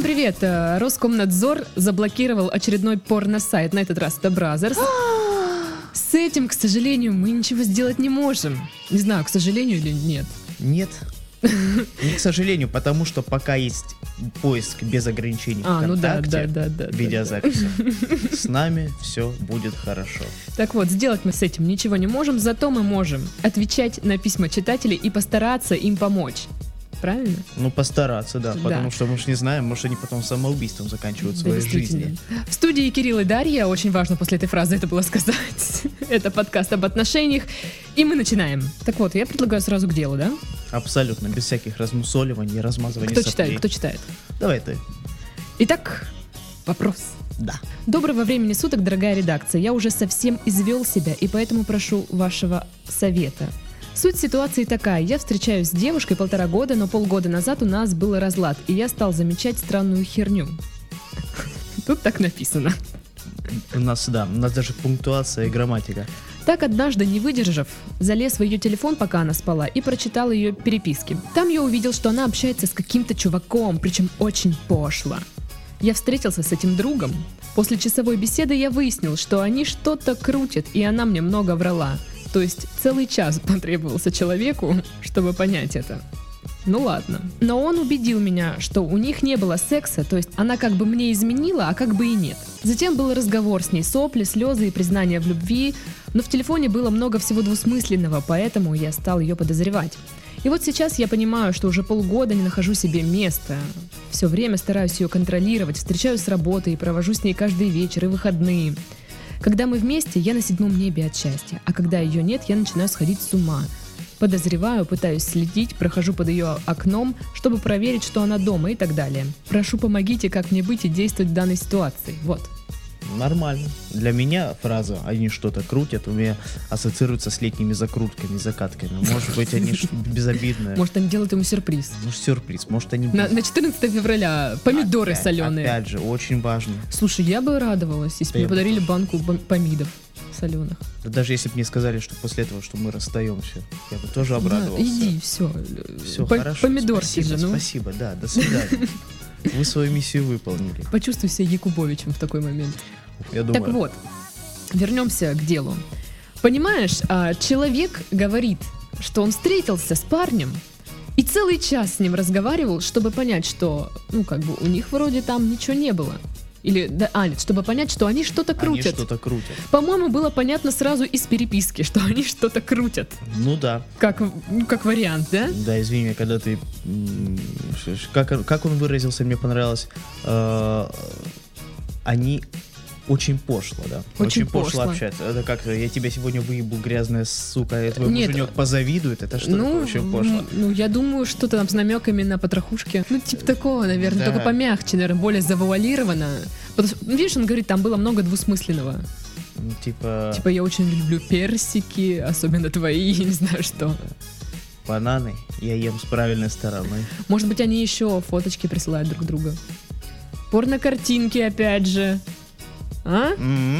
Всем привет! Роскомнадзор заблокировал очередной порно-сайт, на этот раз это Бразерс. С этим, к сожалению, мы ничего сделать не можем. Не знаю, к сожалению или нет. Нет. Не к сожалению, потому что пока есть поиск без ограничений ВКонтакте, видеозаписи, с нами все будет хорошо. Так вот, сделать мы с этим ничего не можем, зато мы можем отвечать на письма читателей и постараться им помочь. Правильно? Ну, постараться, да, потому что мы же не знаем, может, они потом самоубийством заканчивают свои жизни. В студии Кирилл и Дарья, очень важно после этой фразы это было сказать. Это подкаст об отношениях, и мы начинаем. Так вот, я предлагаю сразу к делу, да? Абсолютно, без всяких размусоливаний, размазываний соплей. Кто читает? Давай ты. Итак, вопрос. Да. Доброго времени суток, дорогая редакция. Я уже совсем извел себя, и поэтому прошу вашего совета. Суть ситуации такая. Я встречаюсь с девушкой 1,5 года, но полгода назад у нас был разлад, и я стал замечать странную херню. Тут так написано. У нас даже пунктуация и грамматика. Так, однажды, не выдержав, залез в ее телефон, пока она спала, и прочитал ее переписки. Там я увидел, что она общается с каким-то чуваком, причем очень пошло. Я встретился с этим другом. После часовой беседы я выяснил, что они что-то крутят, и она мне много врала. То есть целый час потребовался человеку, чтобы понять это. Ну ладно. Но он убедил меня, что у них не было секса, то есть она как бы мне изменила, а как бы и нет. Затем был разговор с ней, сопли, слезы и признания в любви, но в телефоне было много всего двусмысленного, поэтому я стал ее подозревать. И вот сейчас я понимаю, что уже полгода не нахожу себе места. Все время стараюсь ее контролировать, встречаюсь с работой, провожу с ней каждый вечер и выходные. Когда мы вместе, я на 7-м небе от счастья, а когда ее нет, я начинаю сходить с ума. Подозреваю, пытаюсь следить, прохожу под ее окном, чтобы проверить, что она дома и так далее. Прошу, помогите, как мне быть и действовать в данной ситуации. Вот. Нормально. Для меня фраза «они что-то крутят» у меня ассоциируется с летними закрутками, закатками. Может быть, они безобидные. Может, они делают ему сюрприз. Может, сюрприз. Может, они... На 14 февраля помидоры соленые. Опять же, очень важно. Слушай, я бы радовалась, если бы мне подарили банку помидов соленых. Да даже если бы мне сказали, что после этого, что мы расстаемся, я бы тоже обрадовался. Да, иди, все. Все хорошо. Помидорки спасибо, же, ну. Спасибо, да, до свидания. Вы свою миссию выполнили. Почувствуй себя Якубовичем в такой момент. Я думаю. Так вот, вернемся к делу. Понимаешь, человек говорит, что он встретился с парнем и целый час с ним разговаривал, чтобы понять, что, у них вроде там ничего не было. Или, чтобы понять, что они что-то крутят. Они что-то крутят. По-моему, было понятно сразу из переписки, что они что-то крутят. Ну да. Как вариант, да? Да, извини меня, когда ты... Как он выразился, мне понравилось. Они... Очень пошло, да. Очень пошло общаться. Это как я тебя сегодня выебу, грязная сука, и твой муженек позавидует. Это что такое очень пошло? Я думаю, что-то там с намеками на потрохушки. Типа такого, наверное, только помягче, наверное, более завуалированно. Видишь, он говорит, там было много двусмысленного. Типа я очень люблю персики, особенно твои, я не знаю что. Бананы я ем с правильной стороны. Может быть, они еще фоточки присылают друг другу. Порно-картинки, опять же. А?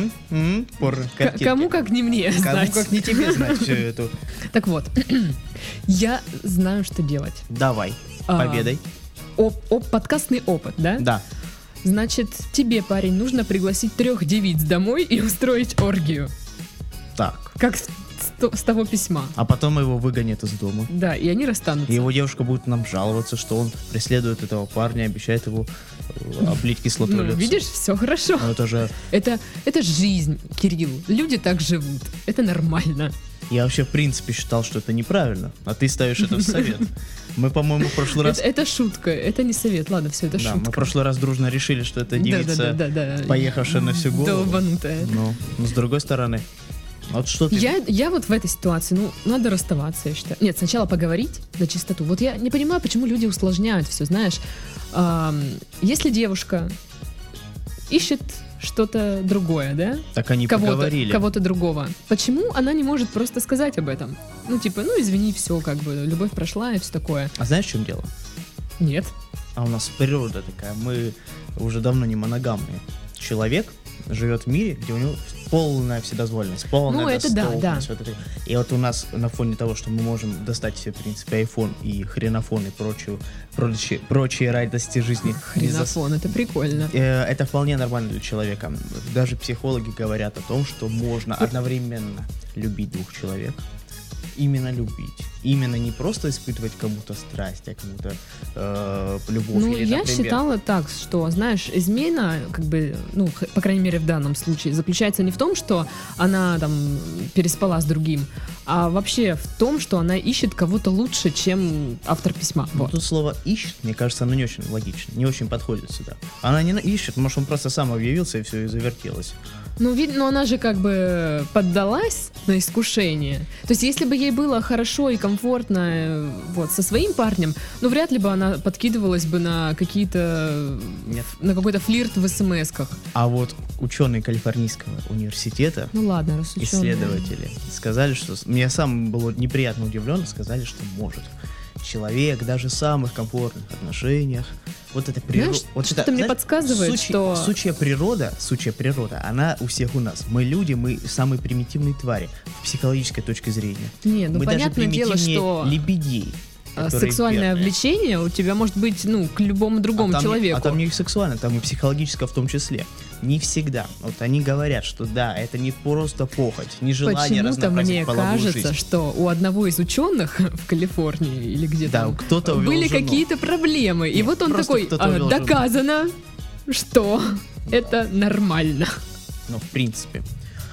Кому как не мне знать. Кому как не тебе знать все это. Так вот, я знаю, что делать. Давай, победой. Подкастный опыт, да? Да. Значит, тебе, парень, нужно пригласить 3 девиц домой и устроить оргию. Так. Как с того письма. А потом его выгонят из дома. Да, и они расстанутся. И его девушка будет нам жаловаться, что он преследует этого парня, обещает его облить кислотой лицо. Видишь, все хорошо. Но это же... Это жизнь, Кирилл. Люди так живут. Это нормально. Я вообще, в принципе, считал, что это неправильно. А ты ставишь это в совет. Мы, по-моему, в прошлый раз... Это шутка, это не совет. Ладно, все, это шутка. Да, мы в прошлый раз дружно решили, что это девица, поехавшая на всю голову. Долбанутая. Но с другой стороны... Вот что ты... Я вот в этой ситуации, надо расставаться, я считаю. Нет, сначала поговорить на чистоту. Вот я не понимаю, почему люди усложняют все, знаешь. Если девушка ищет что-то другое, да? Так они поговорили. Кого-то другого. Почему она не может просто сказать об этом? Извини, все, любовь прошла и все такое. А знаешь, в чем дело? Нет. А у нас природа такая, мы уже давно не моногамные. Человек живет в мире, где у него полная вседозволенность, полная доступность. Да. Вот это. И вот у нас на фоне того, что мы можем достать себе, в принципе, iPhone и хренофон и прочие радости жизни. Хренофон, это прикольно. Это вполне нормально для человека. Даже психологи говорят о том, что можно одновременно любить двух человек. Именно любить. Именно не просто испытывать кому-то страсть, а кому-то любовь. Ну, или, я например... считала так, что, знаешь, измена, как бы, ну, по крайней мере, в данном случае, заключается не в том, что она там переспала с другим, а вообще в том, что она ищет кого-то лучше, чем автор письма. Вот. Тут слово «ищет», мне кажется, оно не очень логично, не очень подходит сюда. Она не ищет, может, он просто сам объявился, и все, и завертелось. Ну, видно, она же как бы поддалась на искушение. То есть, если бы ей было хорошо и комфортно вот со своим парнем, ну, вряд ли бы она подкидывалась бы на какие-то... Нет. На какой-то флирт в смс-ках. А вот ученые Калифорнийского университета, ну, ладно, раз ученые, исследователи, сказали, что... Мне сам было неприятно удивлен, сказали, что может. Человек даже в самых комфортных отношениях, вот это природа... Знаешь, вот что-то мне подсказывает, что... Сучья природа, она у всех у нас. Мы люди, мы самые примитивные твари с психологической точки зрения. Не, ну мы понятное даже дело, что... лебедей. Сексуальное влечение у тебя может быть, ну, к любому другому человеку. А там не сексуально, там и психологическое в том числе. Не всегда. Вот они говорят, что да, это не просто похоть, не желание разнообразить половую жизнь. Почему-то мне кажется, что у одного из ученых в Калифорнии или где-то кто-то были жену. Какие-то проблемы. Нет, и вот он такой, доказано, что это нормально. Ну, в принципе.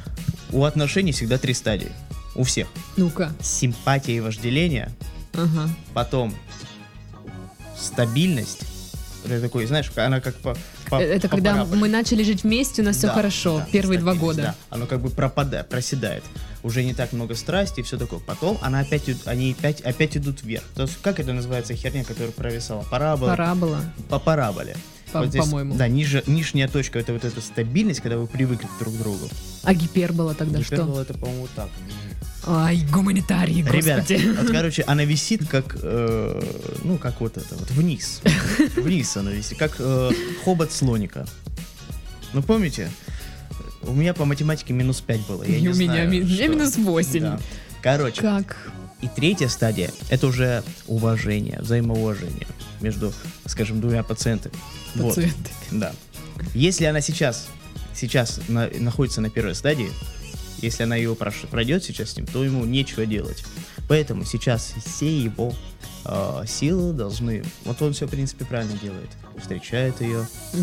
У отношений всегда 3 стадии. У всех. Ну-ка. Симпатия и вожделение. Ага. Потом стабильность. Это такой, знаешь, она как это когда параболе. Мы начали жить вместе, у нас все хорошо. Первые 2 года. Да. Оно как бы проседает. Уже не так много страсти и все такое. Потом они опять идут вверх. То есть, как это называется херня, которая провисала? Парабола. По параболе. Вот здесь, по-моему. Да, нижняя точка это вот эта стабильность, когда вы привыкли друг к другу. А гипербола тогда что? Гипербола это, по-моему, вот так. Ай, гуманитарии, господи. Ребята, вот, короче, она висит как, как вот это вот, вниз. Вниз она висит, как хобот слоника. Ну, помните? У меня по математике -5 было. Я не знаю, у меня -8. Да. Короче. Как? И 3-я стадия, это уже уважение, взаимоуважение между, скажем, 2 пациентами. Вот. Да. Если она сейчас находится на 1-й стадии, если она ее пройдет сейчас с ним, то ему нечего делать. Поэтому сейчас все его силы должны... Вот он все, в принципе, правильно делает. Встречает ее.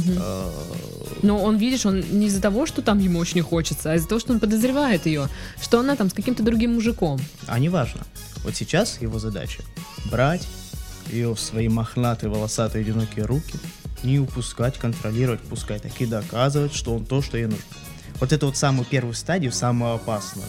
Но он, видишь, он не из-за того, что там ему очень хочется, а из-за того, что он подозревает ее, что она там с каким-то другим мужиком. А неважно. Вот сейчас его задача брать ее в свои мохнатые, волосатые, одинокие руки, не упускать, контролировать, пускай так и доказывать, что он то, что ей нужно. Вот это вот самую первую стадию, самую опасную.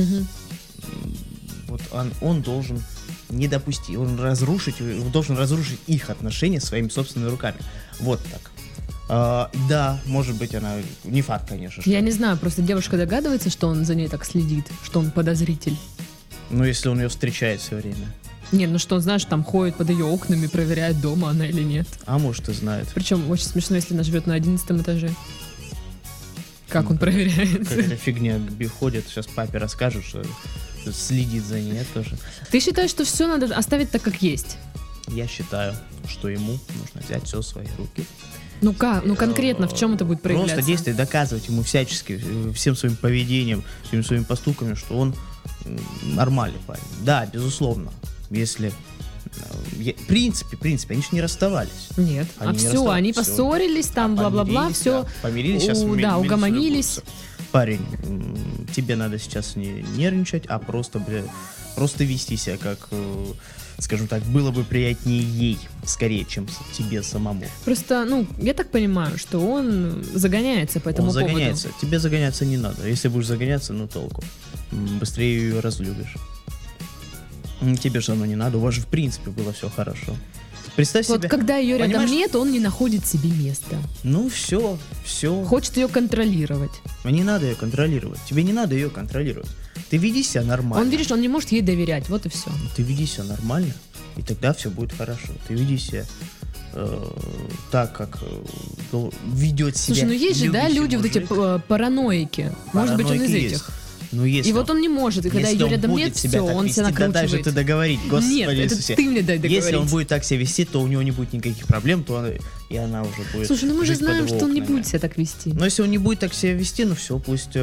Вот он должен не допустить, он должен разрушить их отношения своими собственными руками. Вот так. Да, может быть, она... Не факт, конечно. Я не знаю, просто девушка догадывается, что он за ней так следит, что он подозритель. Ну, если он ее встречает все время. Не, ну что он, знаешь, там ходит под ее окнами, проверяет, дома она или нет. А может и знает. Причем очень смешно, если она живет на 11 этаже. Как он проверяет? Какая-то фигня ходит, сейчас папе расскажут, что следит за ней тоже. Ты считаешь, что все надо оставить так, как есть? Я считаю, что ему нужно взять все в свои руки. Ну как? Ну конкретно в чем это будет проявляться? Просто действовать, доказывать ему всячески, всем своим поведением, всеми своими поступками, что он нормальный парень. Да, безусловно. Если... В принципе, они же не расставались. Нет. Они поссорились, там, бла-бла-бла, все. Да, помирились, сейчас угомонились. Парень, тебе надо сейчас не нервничать, а просто вести себя как, скажем так, было бы приятнее ей, скорее, чем тебе самому. Просто, я так понимаю, что он загоняется по этому поводу. Он загоняется. Тебе загоняться не надо. Если будешь загоняться, толку. Быстрее ее разлюбишь. Тебе же оно не надо, у вас же в принципе было все хорошо. Представь себе. Вот когда ее рядом нет, он не находит себе места. Ну все. Хочет ее контролировать. Не надо ее контролировать. Тебе не надо ее контролировать. Ты веди себя нормально. Он, видишь, он не может ей доверять, вот и все. Ты веди себя нормально, и тогда все будет хорошо. Ты веди себя так, как ведет себя. Слушай, ну есть же, да, люди вот эти параноики. Может быть, он из этих. Ну, если и вот он не может, и когда ее рядом нет, все, он себя накручивает. Дай же ты договорить, господи. Нет, это Иисусе. ты мне дай договорить. Если он будет так себя вести, то у него не будет никаких проблем, то и она уже будет. Слушай, ну мы же жить знаем, под его что он не окнами. будет себя так вести. Но если он не будет так себя вести, ну все, пусть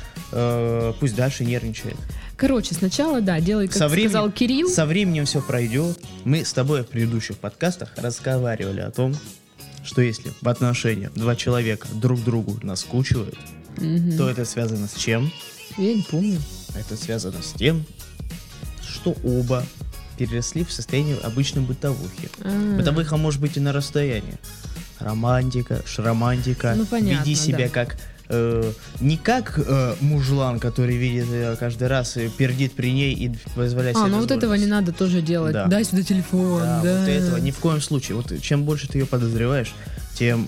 дальше нервничает. Короче, сначала, да, делай, как сказал Кирилл. Со временем все пройдет. Мы с тобой в предыдущих подкастах разговаривали о том, что если в отношениях два человека друг другу наскучивают, то это связано с чем? Я не помню. Это связано с тем, что оба переросли в состояние обычной бытовухи. Бытовуха может быть и на расстоянии. Романтика, шромантика. Ну, понятно, веди себя да. как не как мужлан, который видит ее каждый раз и пердит при ней и позволяет себе ну вот этого не надо тоже делать. Да. Дай сюда телефон. Да, Да. вот этого ни в коем случае. Вот чем больше ты ее подозреваешь, тем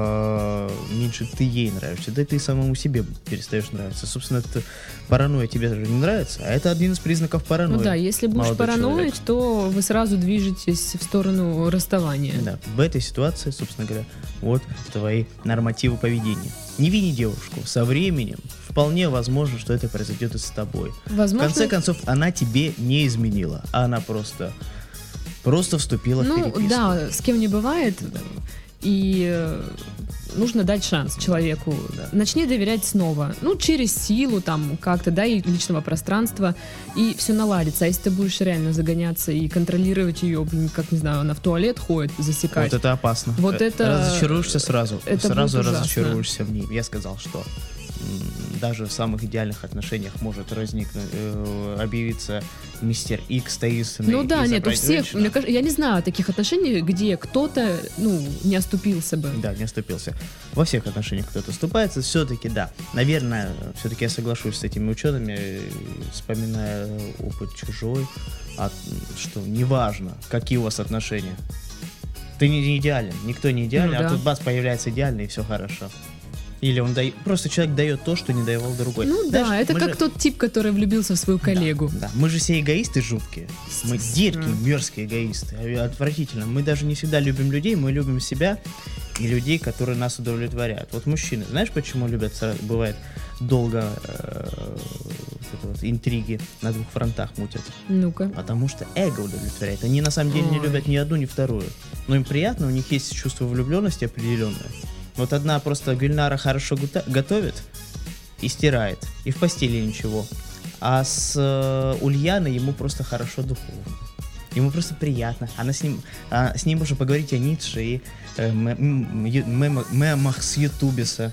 меньше ты ей нравишься. Да и ты самому себе перестаешь нравиться. Собственно, это паранойя тебе же не нравится, а это один из признаков паранойи. Ну да, если будешь параноить, то вы сразу движетесь в сторону расставания. Да, в этой ситуации, собственно говоря, вот твои нормативы поведения. Не вини девушку. Со временем вполне возможно, что это произойдет и с тобой. Возможно. В конце концов, она тебе не изменила, а она просто вступила в переписку. Ну да, с кем не бывает. Да. И нужно дать шанс человеку. Да. Начни доверять снова. Ну, через силу, там, как-то, да, и личного пространства, и все наладится. А если ты будешь реально загоняться и контролировать ее, как, не знаю, она в туалет ходит, засекать. Вот это опасно. Вот это... Разочаруешься сразу. Это сразу будет разочаруешься в ней. Я сказал, что даже в самых идеальных отношениях может объявиться мистер Икс таинственный. Ну да, нет, у всех, женщину. мне кажется, я не знаю таких отношений, где кто-то, не оступился бы. Да, не оступился. Во всех отношениях кто-то оступается. Все-таки, да. Наверное, все-таки я соглашусь с этими учеными, вспоминая опыт чужой, что неважно, какие у вас отношения. Ты не идеален, никто не идеален, Ну да. а тут бац, появляется идеальный, и все хорошо. Или он дает, просто человек дает то, что не давал другой. Ну Знаешь, да, это мы как же- тот тип, который влюбился в свою коллегу. Да, мы же все эгоисты жуткие. Мы Естественно. дерзкие, мерзкие эгоисты. Отвратительно. Мы даже не всегда любим людей, мы любим себя и людей, которые нас удовлетворяют. Вот мужчины, знаешь, почему любят, бывает, долго интриги на двух фронтах мутят? Ну-ка. Потому что эго удовлетворяет. Они на самом деле не Ой. любят ни одну, ни вторую. Но им приятно, у них есть чувство влюбленности определенное. Вот одна просто Гульнара хорошо готовит и стирает, и в постели ничего. А с Ульяной ему просто хорошо духовно. Ему просто приятно. С ним можно поговорить о Ницше и мемах с Ютубиса,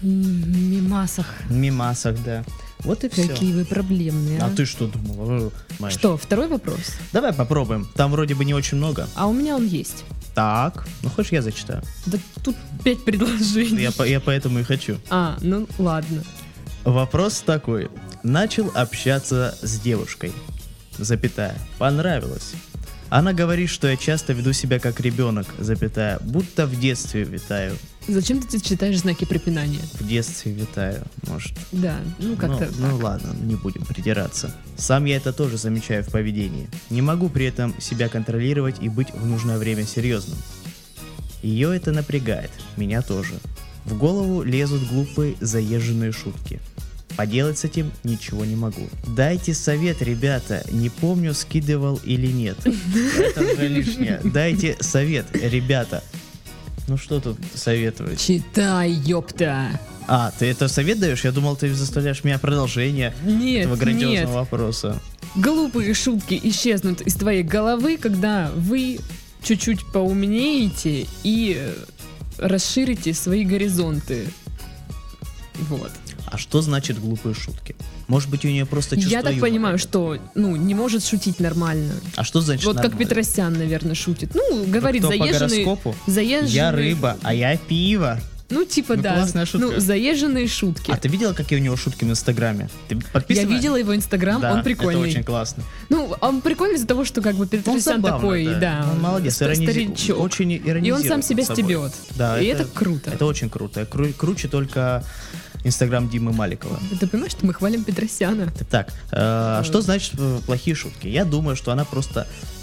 мемасах, да. Вот и все. Какие вы проблемные. А ты что думала? Маш? Что, второй вопрос? Давай попробуем. Там вроде бы не очень много. А у меня он есть. Так, ну хочешь я зачитаю? Да тут 5 предложений. Я поэтому и хочу. Ну ладно. Вопрос такой. Начал общаться с девушкой. Понравилось. Она говорит, что я часто веду себя как ребенок, будто в детстве витаю. Зачем ты читаешь знаки препинания? В детстве витаю, может. Да, как-то Ну ладно, не будем придираться. Сам я это тоже замечаю в поведении. Не могу при этом себя контролировать и быть в нужное время серьезным. Ее это напрягает, меня тоже. В голову лезут глупые заезженные шутки. Поделать с этим ничего не могу. Дайте совет, ребята. Не помню, скидывал или нет. Это уже лишнее. Дайте совет, ребята. Ну что тут советовать? Читай, ёпта. Ты это совет даешь? Я думал, ты заставляешь меня продолжение Нет, этого грандиозного нет. вопроса. Глупые шутки исчезнут из твоей головы, когда вы чуть-чуть поумнеете и расширите свои горизонты. Вот. А что значит глупые шутки? Может быть, у нее просто чувство Я так юмора понимаю, нет. что не может шутить нормально. А что значит Вот как нормально? Петросян, наверное, шутит. Говорит, Кто по заезженный... гороскопу? заезженный... Я рыба, а я пиво. Типа, Ну, да. классная шутка. Заезженные шутки. А ты видела, какие у него шутки в Инстаграме? Ты подписана? Я видела его Инстаграм, Да, он прикольный. это очень классно. Он прикольный из-за того, что Петросян забавно, такой, да. Он молодец, старичок. очень иронизирует И он сам себя над собой. стебет. Да, И это круто. Это очень круто. Круче только Инстаграм Димы Маликова. Ты понимаешь, что мы хвалим Петросяна? Так, что значит плохие шутки? Я думаю, что она просто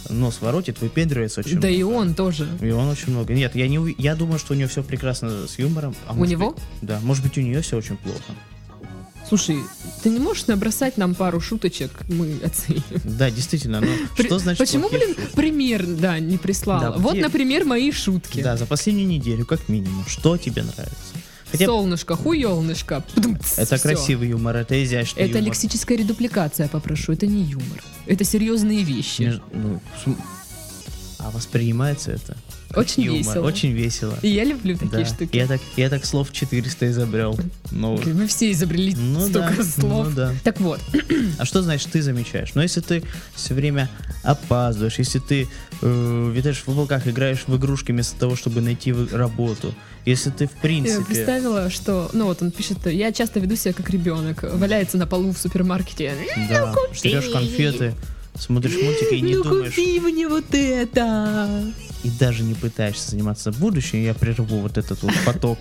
нос воротит, выпендривается очень много. Да и он тоже. И он очень много. Нет, я думаю, что у нее все прекрасно с юмором. У него? Да, может быть, у нее все очень плохо. Слушай, ты не можешь набросать нам пару шуточек, мы оценим. Да, действительно, но что значит почему, блин, шутки? Пример, да, не прислала? Да, вот, где? например, мои шутки. Да, за последнюю неделю, как минимум. Что тебе нравится? Солнышко, хуёлнышко. Это Всё. красивый юмор, это изящный Это юмор. лексическая редупликация, попрошу, это не юмор. Это серьезные вещи. А воспринимается это? Очень юмор, весело. очень весело. И я люблю такие Да. штуки. Я так слов 400 изобрел. Новых. Мы все изобрели столько слов. Ну да. Так вот, А что значит ты замечаешь? Но если ты все время опаздываешь, если ты витаешь в облаках, играешь в игрушки вместо того, чтобы найти работу, если ты в я принципе... представила, что, ну вот он пишет, я часто веду себя как ребенок, валяется на полу в супермаркете. Да, жрешь конфеты, смотришь мультики и не думаешь... купи мне вот это. И даже не пытаешься заниматься будущим, я прерву вот этот вот поток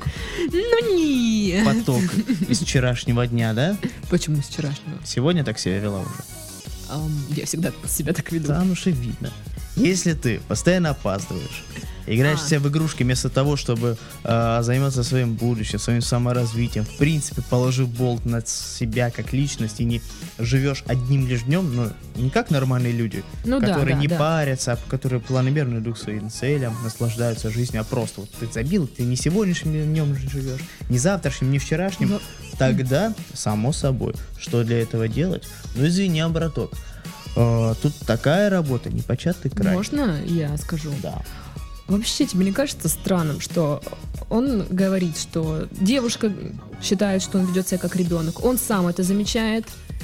из вчерашнего дня, да? Почему с вчерашнего? Сегодня так себя вела уже. Я всегда себя так веду. Там уж и видно. Если ты постоянно опаздываешь, играешь себя в игрушки вместо того, чтобы заниматься своим будущим, своим саморазвитием, в принципе, положив болт на себя как личность и не живешь одним лишь днем, но не как нормальные люди, которые не парятся, которые планомерно идут к своим целям, наслаждаются жизнью, а просто вот ты забил, ты не сегодняшним днем живешь, не завтрашним, не вчерашним, тогда, само собой, что для этого делать? Ну, извини, браток, тут такая работа, непочатый край. Можно я скажу? Да. Вообще, тебе не кажется странным, что он говорит, что девушка считает, что он ведет себя как ребенок, он сам это замечает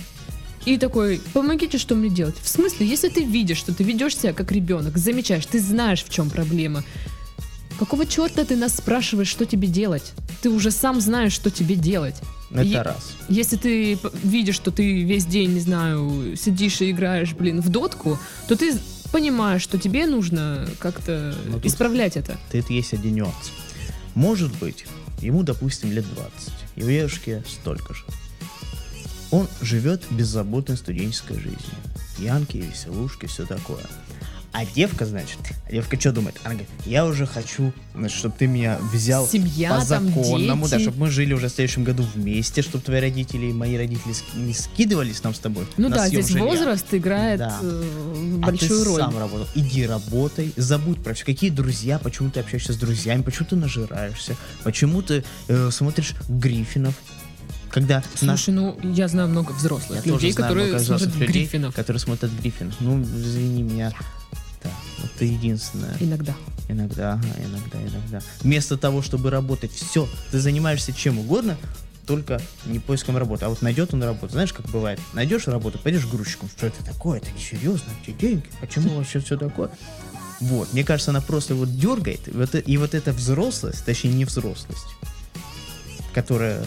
и такой, помогите, что мне делать? В смысле, если ты видишь, что ты ведешь себя как ребенок, замечаешь, ты знаешь, в чем проблема, какого черта ты нас спрашиваешь, что тебе делать? Ты уже сам знаешь, что тебе делать. Это раз. Если ты видишь, что ты весь день, не знаю, сидишь и играешь, в дотку, то ты понимаешь, что тебе нужно как-то исправлять это. Это есть один нюанс. Может быть, ему, допустим, лет 20, и у девушки столько же. Он живет беззаботной студенческой жизнью. Пьянки, веселушки, все такое. А девка, значит, что думает? Она говорит, я уже хочу, значит, чтобы ты меня взял семья, по законному, дети. Да, чтобы мы жили уже в следующем году вместе, чтобы твои родители и мои родители не скидывались нам с тобой. Ну да, здесь жилья. возраст играет большую роль. А ты сам работал. Иди работай, забудь про все. Какие друзья, почему ты общаешься с друзьями, почему ты нажираешься, почему ты смотришь Гриффинов. Слушай, я знаю много взрослых людей, которые смотрят Гриффинов. Которые смотрят Гриффинов. Ну, извини меня. Да, вот ты единственная. Иногда. Иногда. Вместо того, чтобы работать, все, ты занимаешься чем угодно, только не поиском работы. А вот найдет он работу. Знаешь, как бывает? Найдешь работу, пойдешь грузчиком. Что это такое? Это несерьезно. Эти деньги. Почему вообще все такое? Вот. Мне кажется, она просто вот дергает. И вот эта взрослость, точнее не взрослость, которая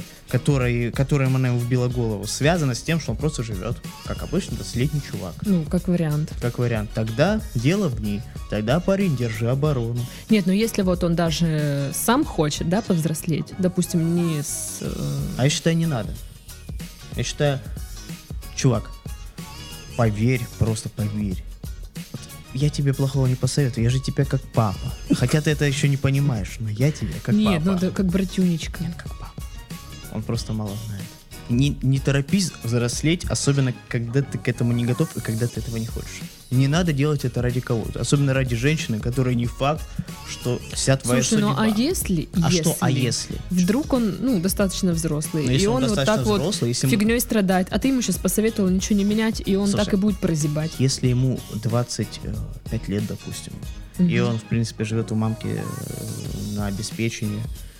она ему вбила голову, связана с тем, что он просто живет, как обычно, 20-летний чувак. Ну, как вариант. Тогда дело в ней. Тогда, парень, держи оборону. Нет, если вот он даже сам хочет, да, повзрослеть, допустим, не с... А я считаю, не надо. Я считаю, чувак, поверь, просто поверь. Вот я тебе плохого не посоветую, я же тебя как папа. Хотя ты это еще не понимаешь, но я тебе как папа. Нет, ну да, как братюнечка. Нет, как папа. Он просто мало знает. Не торопись взрослеть, особенно когда ты к этому не готов и когда ты этого не хочешь. Не надо делать это ради кого-то. Особенно ради женщины, которая не факт, что вся твоя судьба. Ну а если? Если? Вдруг он, достаточно взрослый, но и он вот так взрослый, вот фигней страдает, а ты ему сейчас посоветовал ничего не менять, и он так и будет прозябать. Если ему 25 лет, допустим, и он, в принципе, живет у мамки на обеспечении,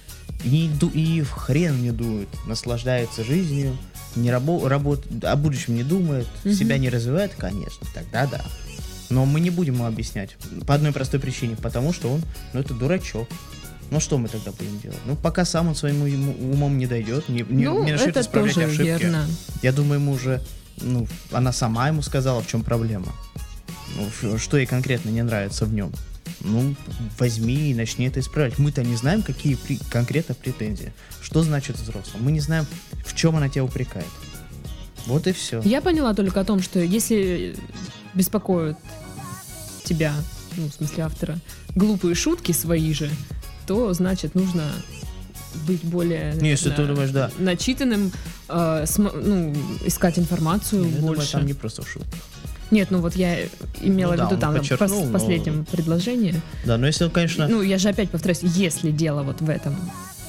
и в хрен не дует, наслаждается жизнью, не работает, о будущем не думает, себя не развивает, конечно, тогда да. Но мы не будем ему объяснять. По одной простой причине, потому что он, это дурачок. Ну что мы тогда будем делать? Что сам он своим умом не дойдет, не начнет исправлять ошибки. Верно. Я думаю, ему уже, она сама ему сказала, в чем проблема. Что ей конкретно не нравится в нем. Возьми и начни это исправлять. Мы-то не знаем, какие конкретно претензии. Что значит взрослым? Мы не знаем, в чем она тебя упрекает. Вот и все. Я поняла только о том, что если беспокоит тебя, ну, в смысле автора, глупые шутки свои же, то, значит, нужно быть более, если ты думаешь, да, начитанным, искать информацию я больше. думаю, там не просто в шутках. Нет, ну вот я имела в виду там в последнем предложении. Да, но если, конечно... Ну, я же опять повторюсь, если дело вот в этом,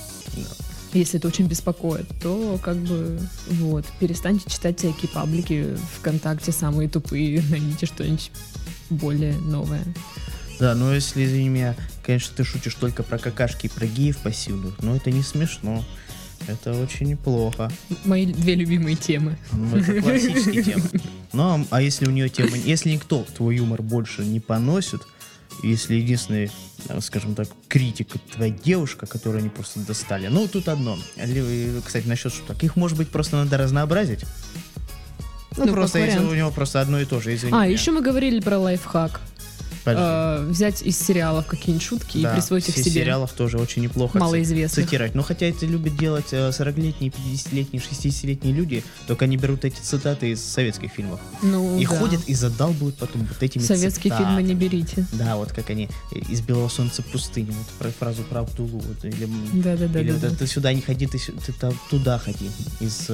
если это очень беспокоит, то как бы вот, перестаньте читать всякие паблики ВКонтакте, самые тупые, найдите что-нибудь более новое. Да, но если, извини меня, конечно, ты шутишь только про какашки и про геев пассивных, но это не смешно. Это очень плохо. Мои две любимые темы. Ну, это классические темы. Ну, а если у нее тема... Если никто твой юмор больше не поносит, если единственный, скажем так, критик твоя девушка, которую они просто достали. Ну, тут одно. Кстати, насчет шуток. Их, может быть, просто надо разнообразить. Ну, просто если у него просто одно и то же, извини меня. Еще мы говорили про лайфхак. Взять из сериалов какие-нибудь шутки и присвоить их себе. Из сериалов тоже очень неплохо цитировать. Но хотя это любят делать 40-летние, 50-летние, 60-летние люди, только они берут эти цитаты из советских фильмов. Ну, и ходят и задалбывают потом вот этими советские цитатами. фильмы не берите. Да, вот как они из «Белого солнца пустыни», вот про фразу про Абдулу. Вот, или вот, ты сюда не ходи, ты туда ходи. Из...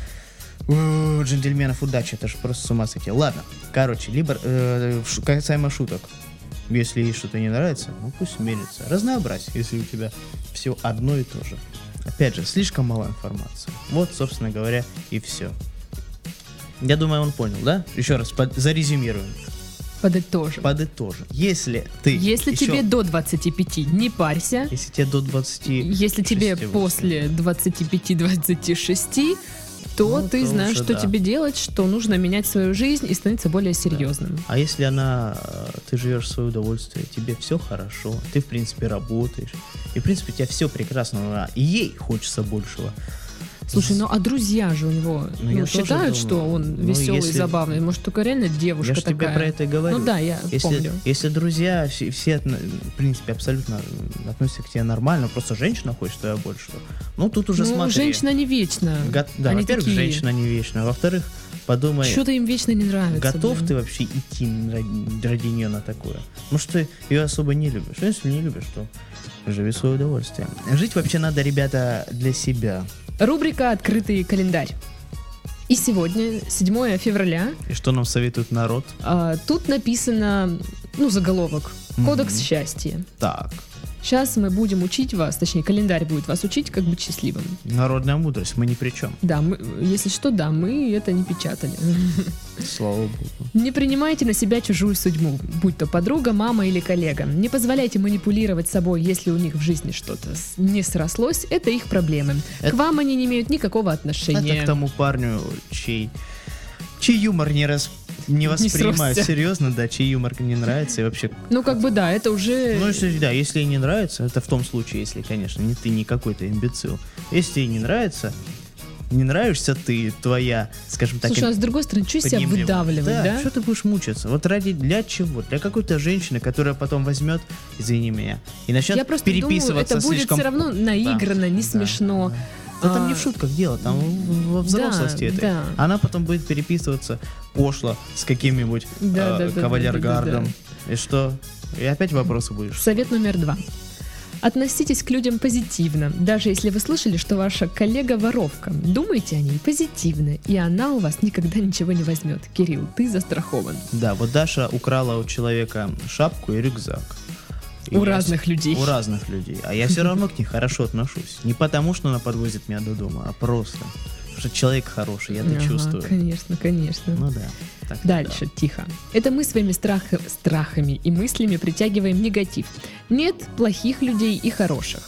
джентльменов удачи, это же просто с ума сойти. Ладно, короче, либо касаемо шуток. Если ей что-то не нравится, ну пусть мерится. Разнообразие, если у тебя все одно и то же. Опять же, слишком мало информации. Вот, собственно говоря, и все. Я думаю, он понял, да? Еще раз зарезюмируем. Подытожим. Если тебе до 25, не парься. Если тебе до 20... Если тебе после 25-26... то ты знаешь, что тебе делать, что нужно менять свою жизнь и становиться более серьезным. Да. А если ты живешь в свое удовольствие, тебе все хорошо, ты, в принципе, работаешь, и, в принципе, у тебя все прекрасно, и ей хочется большего. Слушай, а друзья же у него считают, что он веселый и забавный. Может, только реально девушка такая. Я же тебе про это и говорю. Ну да, я помню. Если друзья все, в принципе, абсолютно относятся к тебе нормально, просто женщина хочет тебя большего. Ну, тут уже смотри. Женщина не вечна. Да, во-первых, женщина не вечна. Во-вторых, подумай. Что-то им вечно не нравится. Готов ты вообще идти ради нее на такое? Может, ты ее особо не любишь. Если не любишь, то живи в свое удовольствие. Жить вообще надо, ребята, для себя. Рубрика «Открытый календарь». И сегодня, 7 февраля. И что нам советует народ? Тут написано, заголовок. Кодекс счастья. Так. Сейчас мы будем учить вас, точнее, календарь будет вас учить, как быть счастливым. Народная мудрость, мы ни при чем. Да, если что, мы это не печатали. Слава богу. Не принимайте на себя чужую судьбу, будь то подруга, мама или коллега. Не позволяйте манипулировать собой, если у них в жизни что-то не срослось, это их проблемы. К вам они не имеют никакого отношения. Это к тому парню, чей юмор не воспринимают серьезно, да, чей юмор не нравится и вообще... это уже... если ей не нравится, это в том случае, если, конечно, ты не какой-то имбецил. Если ей не нравится, не нравишься ты, твоя, скажем так... Слушай, а с другой стороны, что себя выдавливать, да? Что ты будешь мучиться? Вот для чего? Для какой-то женщины, которая потом возьмет, извини меня, и начнет переписываться думаю, это будет все равно наигранно, не смешно. Да там не в шутках дело, там во взрослости этой. Да. Она потом будет переписываться пошло с каким-нибудь кавалергардом. И что? И опять вопросы будешь. Совет номер 2. Относитесь к людям позитивно. Даже если вы слышали, что ваша коллега воровка, думайте о ней позитивно, и она у вас никогда ничего не возьмет. Кирилл, ты застрахован. Да, вот Даша украла у человека шапку и рюкзак. У разных людей. А я все равно к ней хорошо отношусь. Не потому, что она подвозит меня до дома, а просто. Потому что человек хороший, я это чувствую. Конечно. Ну да. Дальше, тихо. Это мы своими страхами и мыслями притягиваем негатив. Нет плохих людей и хороших.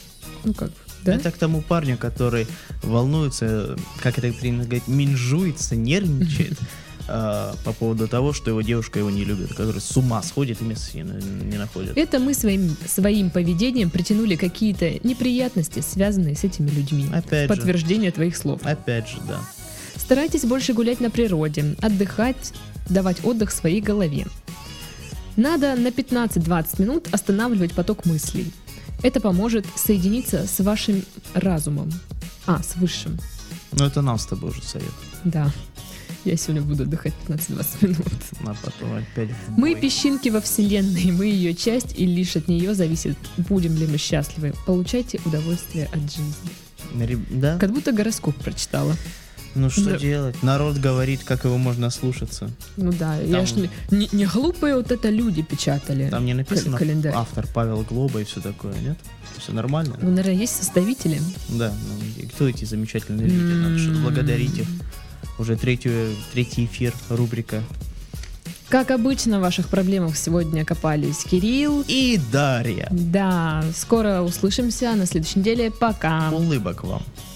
Да? Это к тому парню, который волнуется, как это принято говорить, минжуется, нервничает. По поводу того, что его девушка его не любит, который с ума сходит и места не находит. Это мы своим поведением притянули какие-то неприятности, связанные с этими людьми. Опять подтверждение твоих слов. Опять же, да. Старайтесь больше гулять на природе, отдыхать, давать отдых своей голове. Надо на 15-20 минут останавливать поток мыслей. Это поможет соединиться с вашим разумом. С высшим. Это нам с тобой уже совет. Да. Я сегодня буду отдыхать 15-20 минут. А потом опять в Мы бой. песчинки во вселенной, мы ее часть, и лишь от нее зависит, будем ли мы счастливы. Получайте удовольствие от жизни. Да? Как будто гороскоп прочитала. Ну что Да. делать? Народ говорит, как его можно слушаться. Ну да, я ж не глупые вот это люди печатали. Там не написано календарь. автор Павел Глоба и все такое, нет? Все нормально? Ну, наверное, есть составители. Да. Ну, и кто эти замечательные люди? Надо что-то благодарить их. Уже третий эфир, рубрика. Как обычно, в ваших проблемах сегодня копались Кирилл И Дарья. Да, скоро услышимся на следующей неделе. Пока. Улыбок вам.